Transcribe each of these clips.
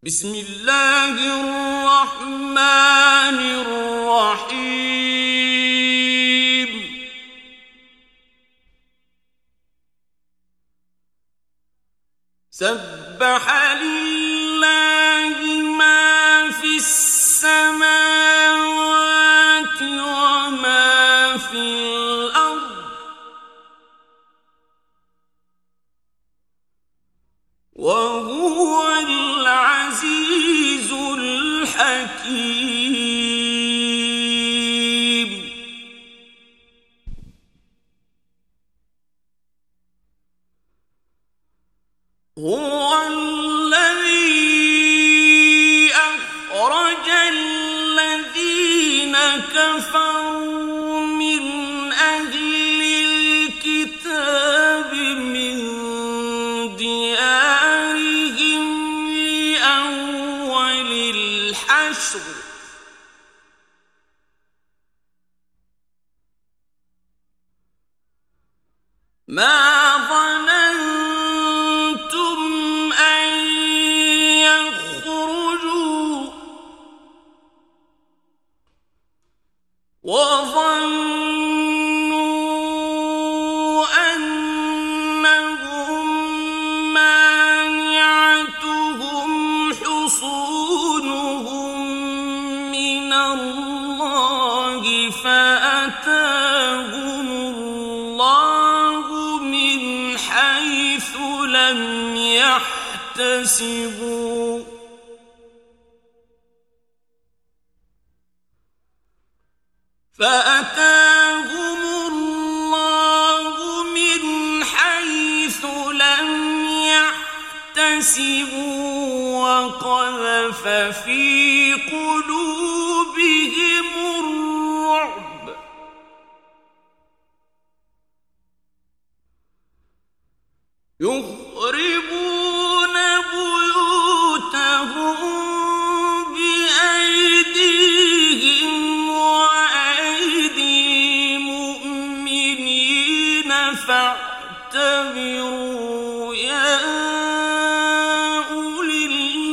بسم الله الرحمن الرحيم سبح لله ما في السماوات وما في الأرض وهو العزيز الحكيم هو الذي أخرج الذين كفروا من أهل الكتاب من ديارهم لأول الحشر ما ظننتم أن يخرجوا وظنوا أنهم مانعتهم حصونهم من الله فأتاهم الله من حيث لم يحتسبوا وقذف في قلوبهم الرعب يخربون بيوتهم بأيديهم وأيدي المؤمنين فاعتبروا يا أولي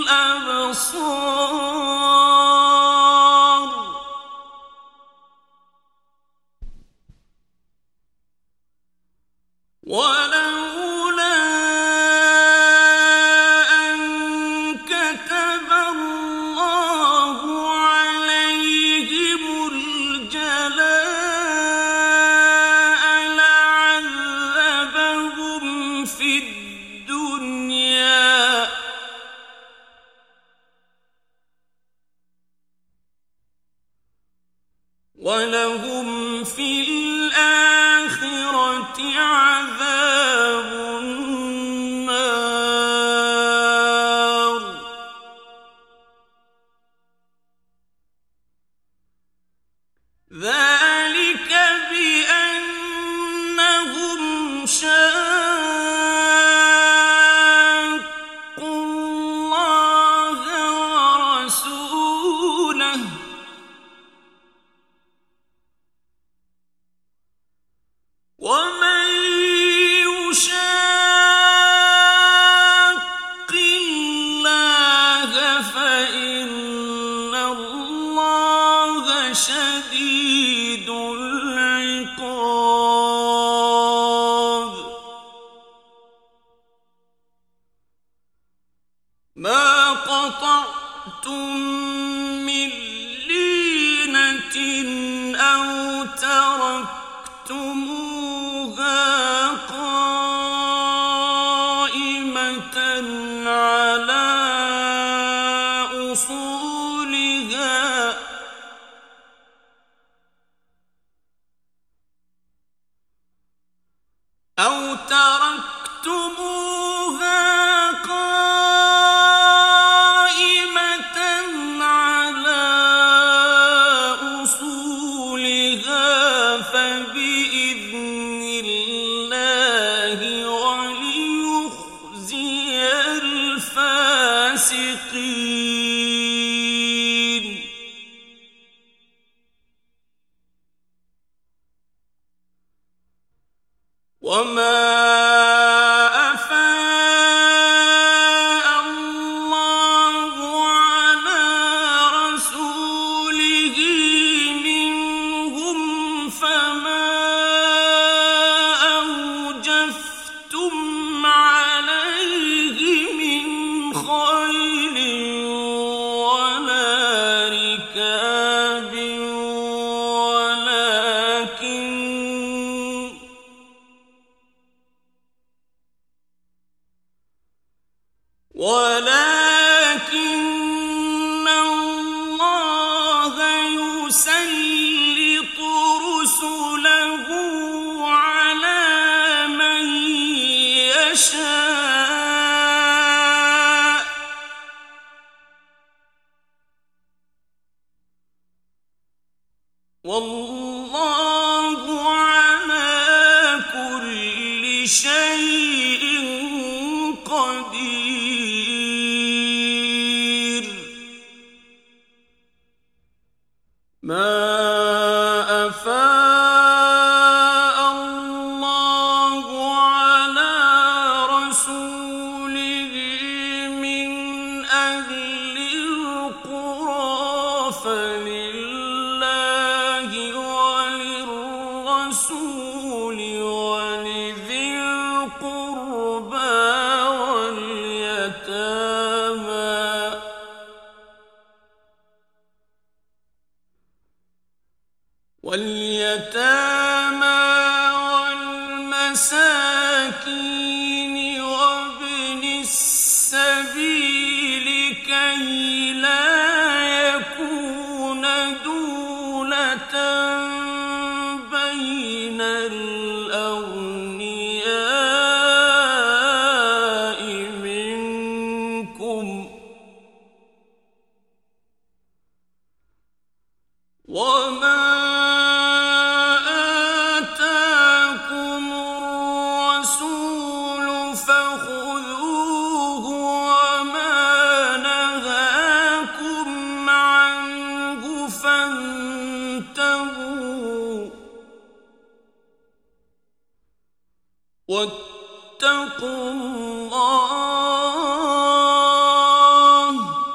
الأبصار ولولا أن كتب الله عليهم الجلاء لعذبهم في الدنيا ولهم في الآخرة عذاب النار ذلك بأنهم شاقوا الله ورسوله ومن يشاق الله فإن الله شديد العقاب ما قطعتم من لينة أو تركتموها قائمة على أصولها فبإذن الله وليخزي الفاسقين وما أفاء الله خيل ولا ركاب ولكن الله يسلط رسله على من يشاء والله على كل شيء قدير. ما أفاء الله على رسوله من أهل القرى فلله وللرسول ولذي القربى واليتامى والمساكين وابن السبيل كي لا يكون دولة بين الأغنياء منكم وما فخذوه وما نهاكم عنه فانتهوا واتقوا الله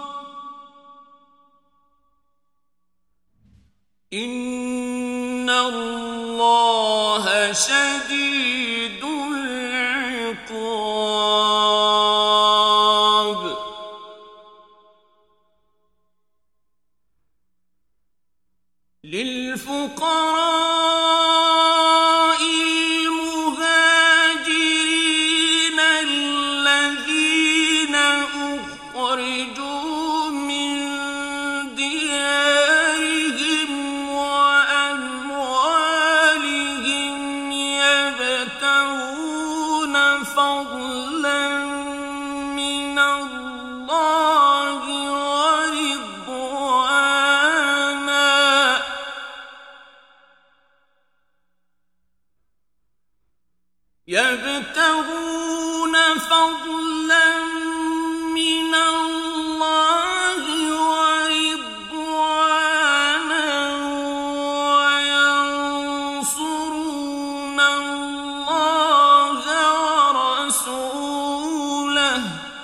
إن الله شديد العقاب. للفقراء المهاجرين الذين أخرجوا من ديارهم وأموالهم يبتغون فضلا من الله ورضوانا يبتغون فضلا من الله ورضوانا وينصرون الله ورسوله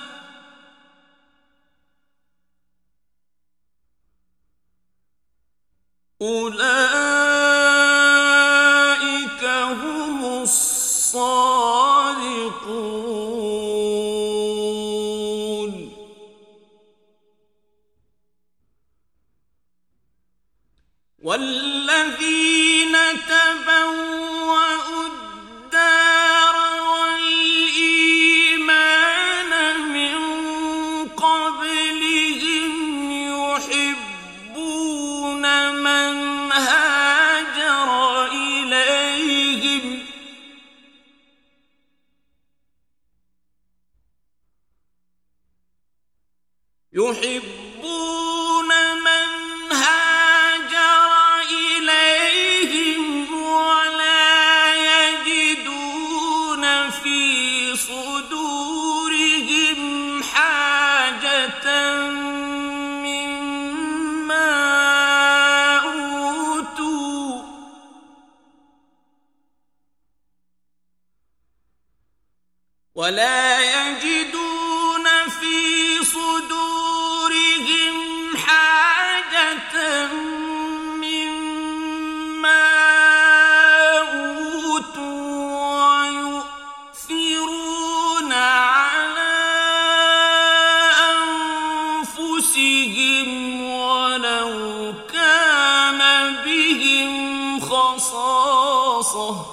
أولئك هم الصادقون. والذين تبوأوا الدار والإيمان من قبلهم يحبون من هاجر إليهم ولا يجدون في صدورهم حاجة مما أوتوا ويؤثرون على أنفسهم ولو كان بهم خصاصة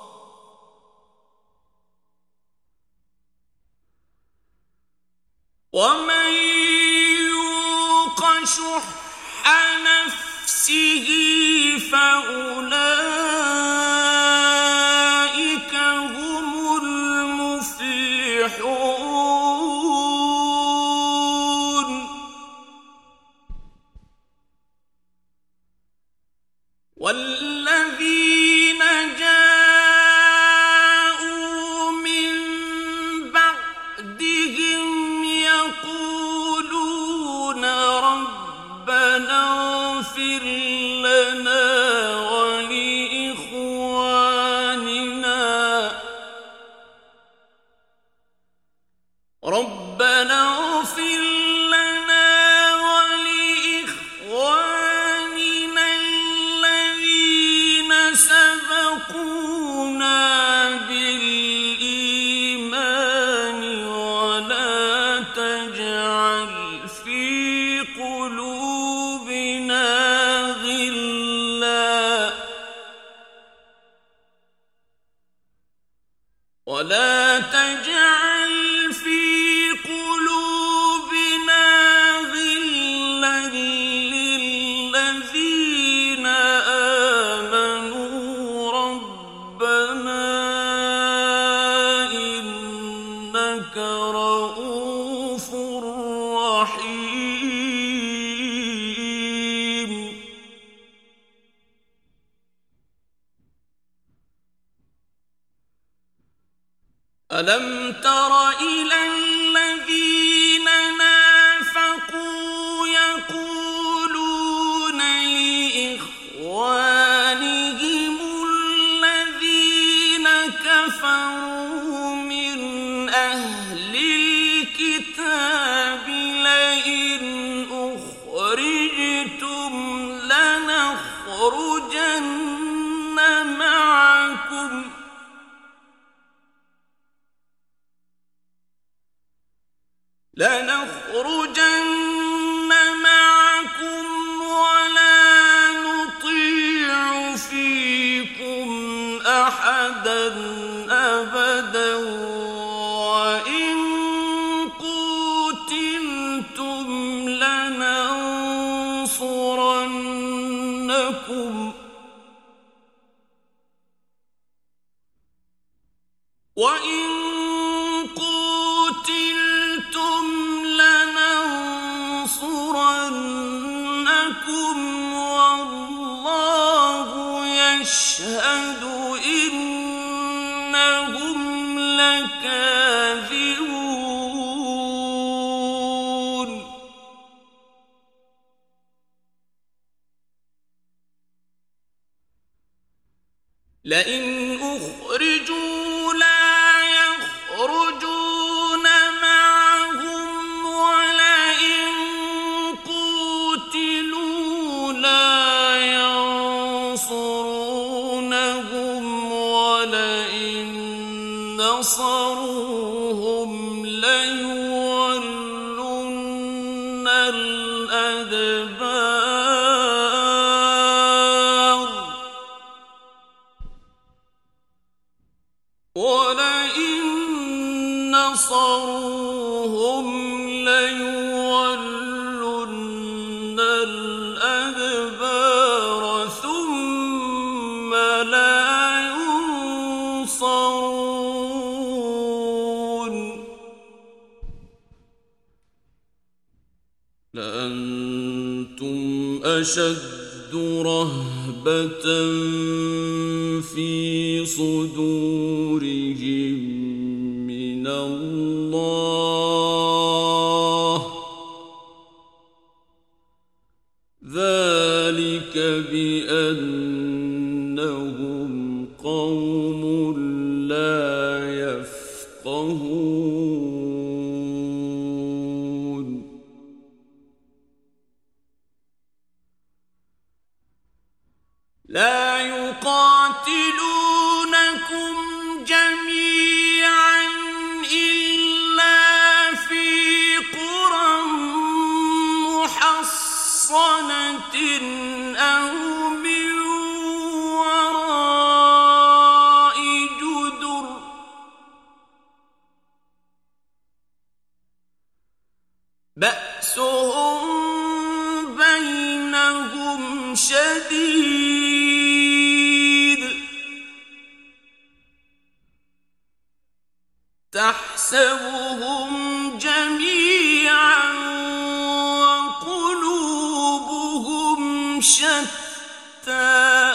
ومن يوق شح نفسه فأولئك هم المفلحون والذين جاءوا من بعدهم يقولون ربنا اغفر لنا ولإخواننا الذين سبقونا بالإيمان ولا تجعل في قلوبنا غلا للذين آمنوا ربنا إنك رؤوف رحيم ألم تر إلى الذين نافقوا يقولون لإخوانهم الذين كفروا من أهل الكتاب لئن أخرجتم لنخرجن معكم ولا نطيع فيكم أحدا أبدا وإن قوتلتم لننصرنكم والله يشهد إنهم لكاذبون لئن أخرجوا لا يخرجون معهم ولئن قوتلوا لا ينصرونهم ولئن نصروهم ليولن الأدبار ولئن نصروهم ليولن الأدبار ثم لا ينصرون لأنتم أشد رهبة في صدورهم من الله ذلك بأنهم قوم لا يفقهون لا يقاتلونكم جميعا إلا في قرى أو من وراء جدر بأسهم بينهم شديد تحسبهم جميعا وقلوبهم شتى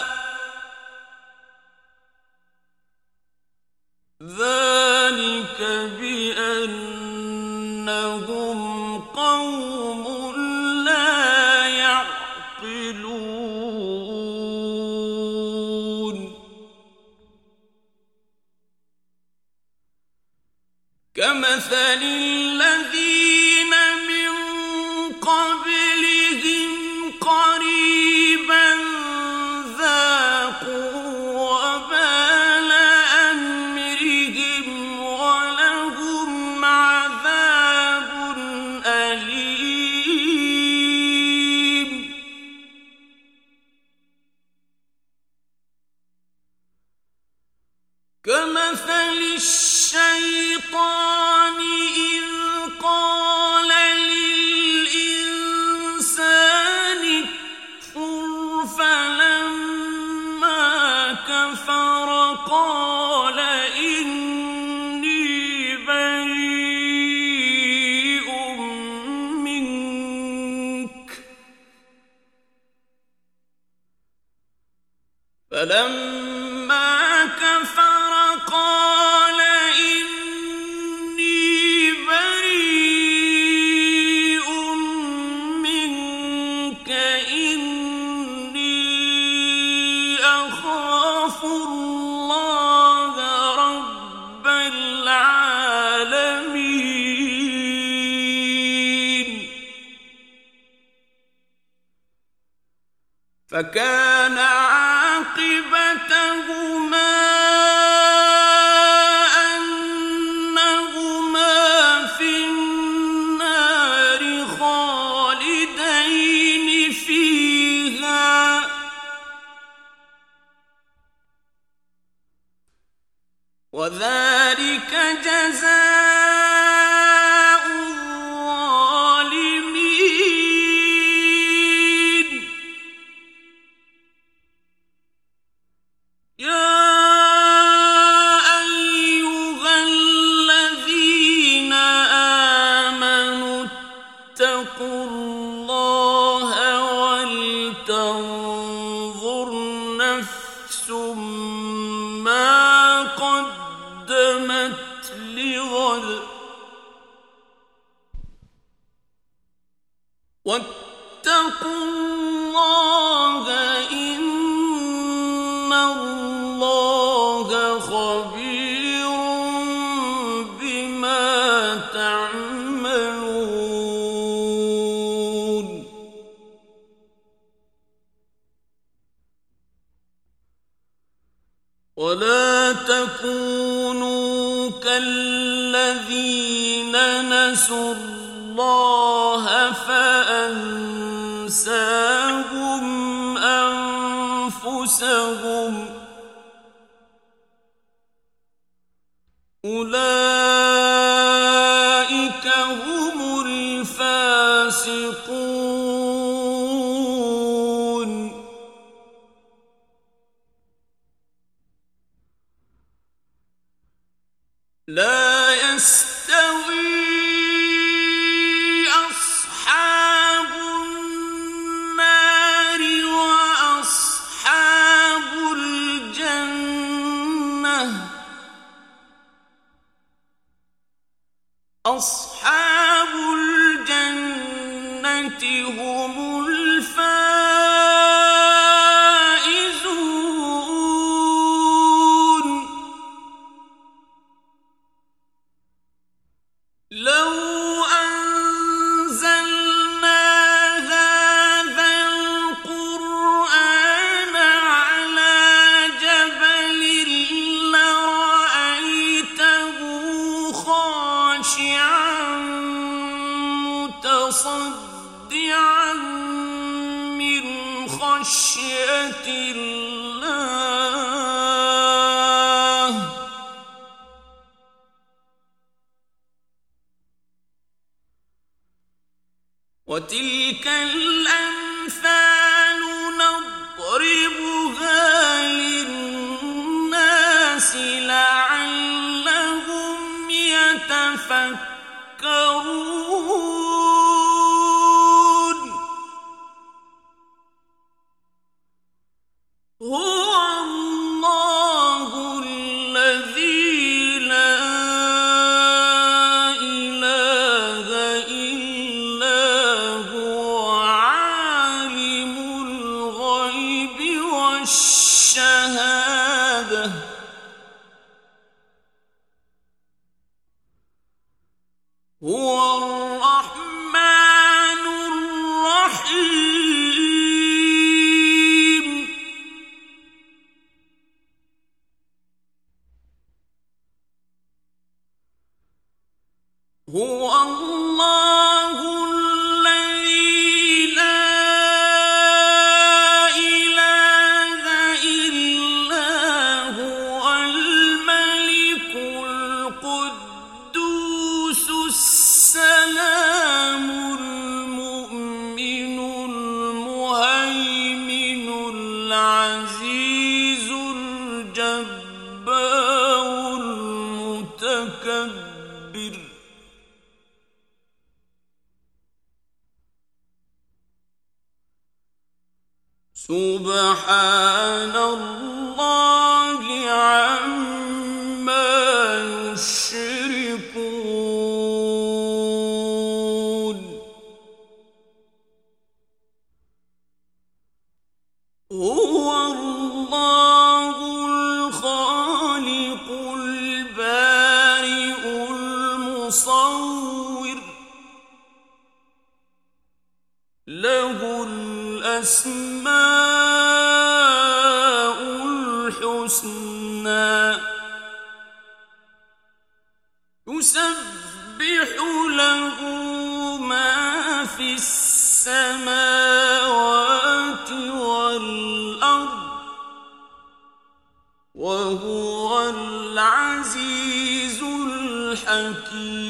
ذلك بأنهم قوم لا يعقلون كمثل الذين من قبلهم قريبا ذاقوا وبال أمرهم ولهم عذاب أليم كمثل الشيطان إذ قال للإنسان اكفر فلما كفر قال إني بريء منك فلما كفر قال إني بريء منك إني أخاف الله رب العالمين فكان عاقبتهما أنهما في النار خالدين فيها وذلك جزاء الظالمين يا أيها الذين آمنوا اتقوا الله ولتنظر نفس ما قدمت لغد واتقوا الله إن الله خبير بما تعملون ولا تكونوا كالذين نسوا الله فأنساهم أنفسهم أولئك هم الفاسقون لا يستوي أصحاب النار وأصحاب الجنة أصحاب الجنة هم الفائزون لو أنزلنا هذا القرآن على جبل لرأيته خاشعا متصدعا من خشية الله وتلك الأمثال نضربها للناس لعلهم يتفكرون هو الله الذي لا إله إلا هو عالم الغيب والشهادة هو الرحمن الرحيم هو الله الذي لا إله إلا هو الملك القدوس السلام المؤمن المهيمن العزيز الجبار المتكبر سبحان الله عما يشركون هو الله الخالق البارئ المصور له الأسماء الحسنى يسبح له ما في السماوات والأرض وهو العزيز الحكيم